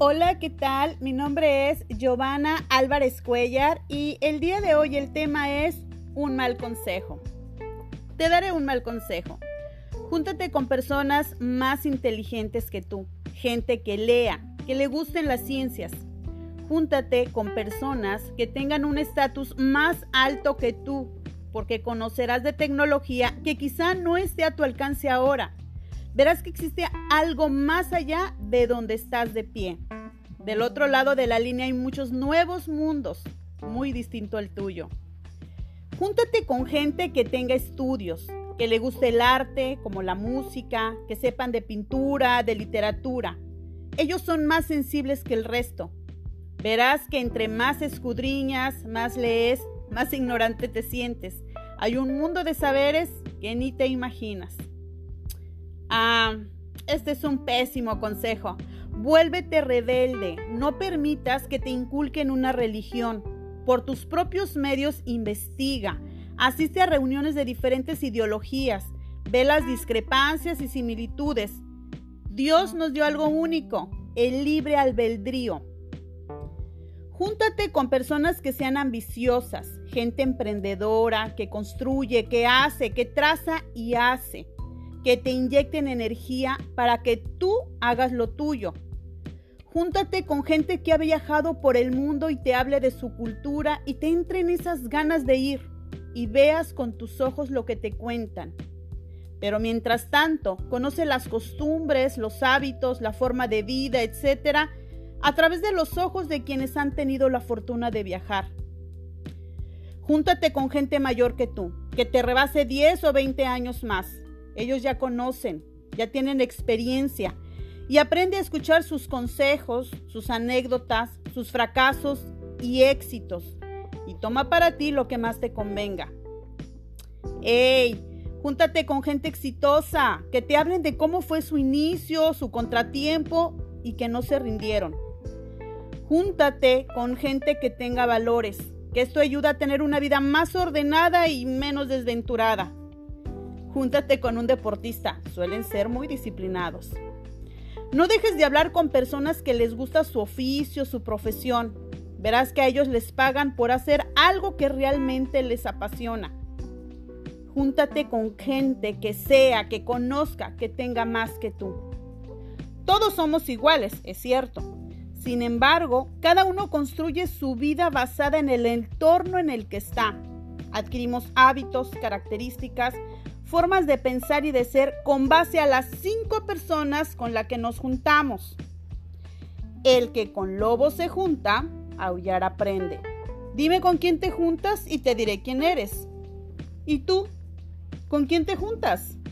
Hola, ¿qué tal? Mi nombre es Giovanna Álvarez Cuellar y el día de hoy el tema es un mal consejo. Te daré un mal consejo. Júntate con personas más inteligentes que tú, gente que lea, que le gusten las ciencias. Júntate con personas que tengan un estatus más alto que tú, porque conocerás de tecnología que quizá no esté a tu alcance ahora. Verás que existe algo más allá de donde estás de pie. Del otro lado de la línea hay muchos nuevos mundos, muy distinto al tuyo. Júntate con gente que tenga estudios, que le guste el arte, como la música, que sepan de pintura, de literatura. Ellos son más sensibles que el resto. Verás que entre más escudriñas, más lees, más ignorante te sientes. Hay un mundo de saberes que ni te imaginas. Este es un pésimo consejo. Vuélvete rebelde. No permitas que te inculquen una religión. Por tus propios medios investiga. Asiste a reuniones de diferentes ideologías. Ve las discrepancias y similitudes. Dios nos dio algo único, el libre albedrío. Júntate con personas que sean ambiciosas, gente emprendedora, que construye, que hace, que traza y hace. Que te inyecten energía para que tú hagas lo tuyo. Júntate con gente que ha viajado por el mundo y te hable de su cultura y te entren esas ganas de ir y veas con tus ojos lo que te cuentan. Pero mientras tanto, conoce las costumbres, los hábitos, la forma de vida, etc., a través de los ojos de quienes han tenido la fortuna de viajar. Júntate con gente mayor que tú, que te rebase 10 o 20 años más. Ellos ya conocen, ya tienen experiencia y aprende a escuchar sus consejos, sus anécdotas, sus fracasos y éxitos y toma para ti lo que más te convenga. Júntate con gente exitosa, que te hablen de cómo fue su inicio, su contratiempo y que no se rindieron. Júntate con gente que tenga valores, que esto ayuda a tener una vida más ordenada y menos desventurada. Júntate con un deportista, suelen ser muy disciplinados. No dejes de hablar con personas que les gusta su oficio, su profesión. Verás que a ellos les pagan por hacer algo que realmente les apasiona. Júntate con gente que sea, que conozca, que tenga más que tú. Todos somos iguales, es cierto. Sin embargo, cada uno construye su vida basada en el entorno en el que está. Adquirimos hábitos, características, formas de pensar y de ser con base a las 5 personas con las que nos juntamos. El que con lobos se junta, aullar aprende. Dime con quién te juntas y te diré quién eres. ¿Y tú? ¿Con quién te juntas?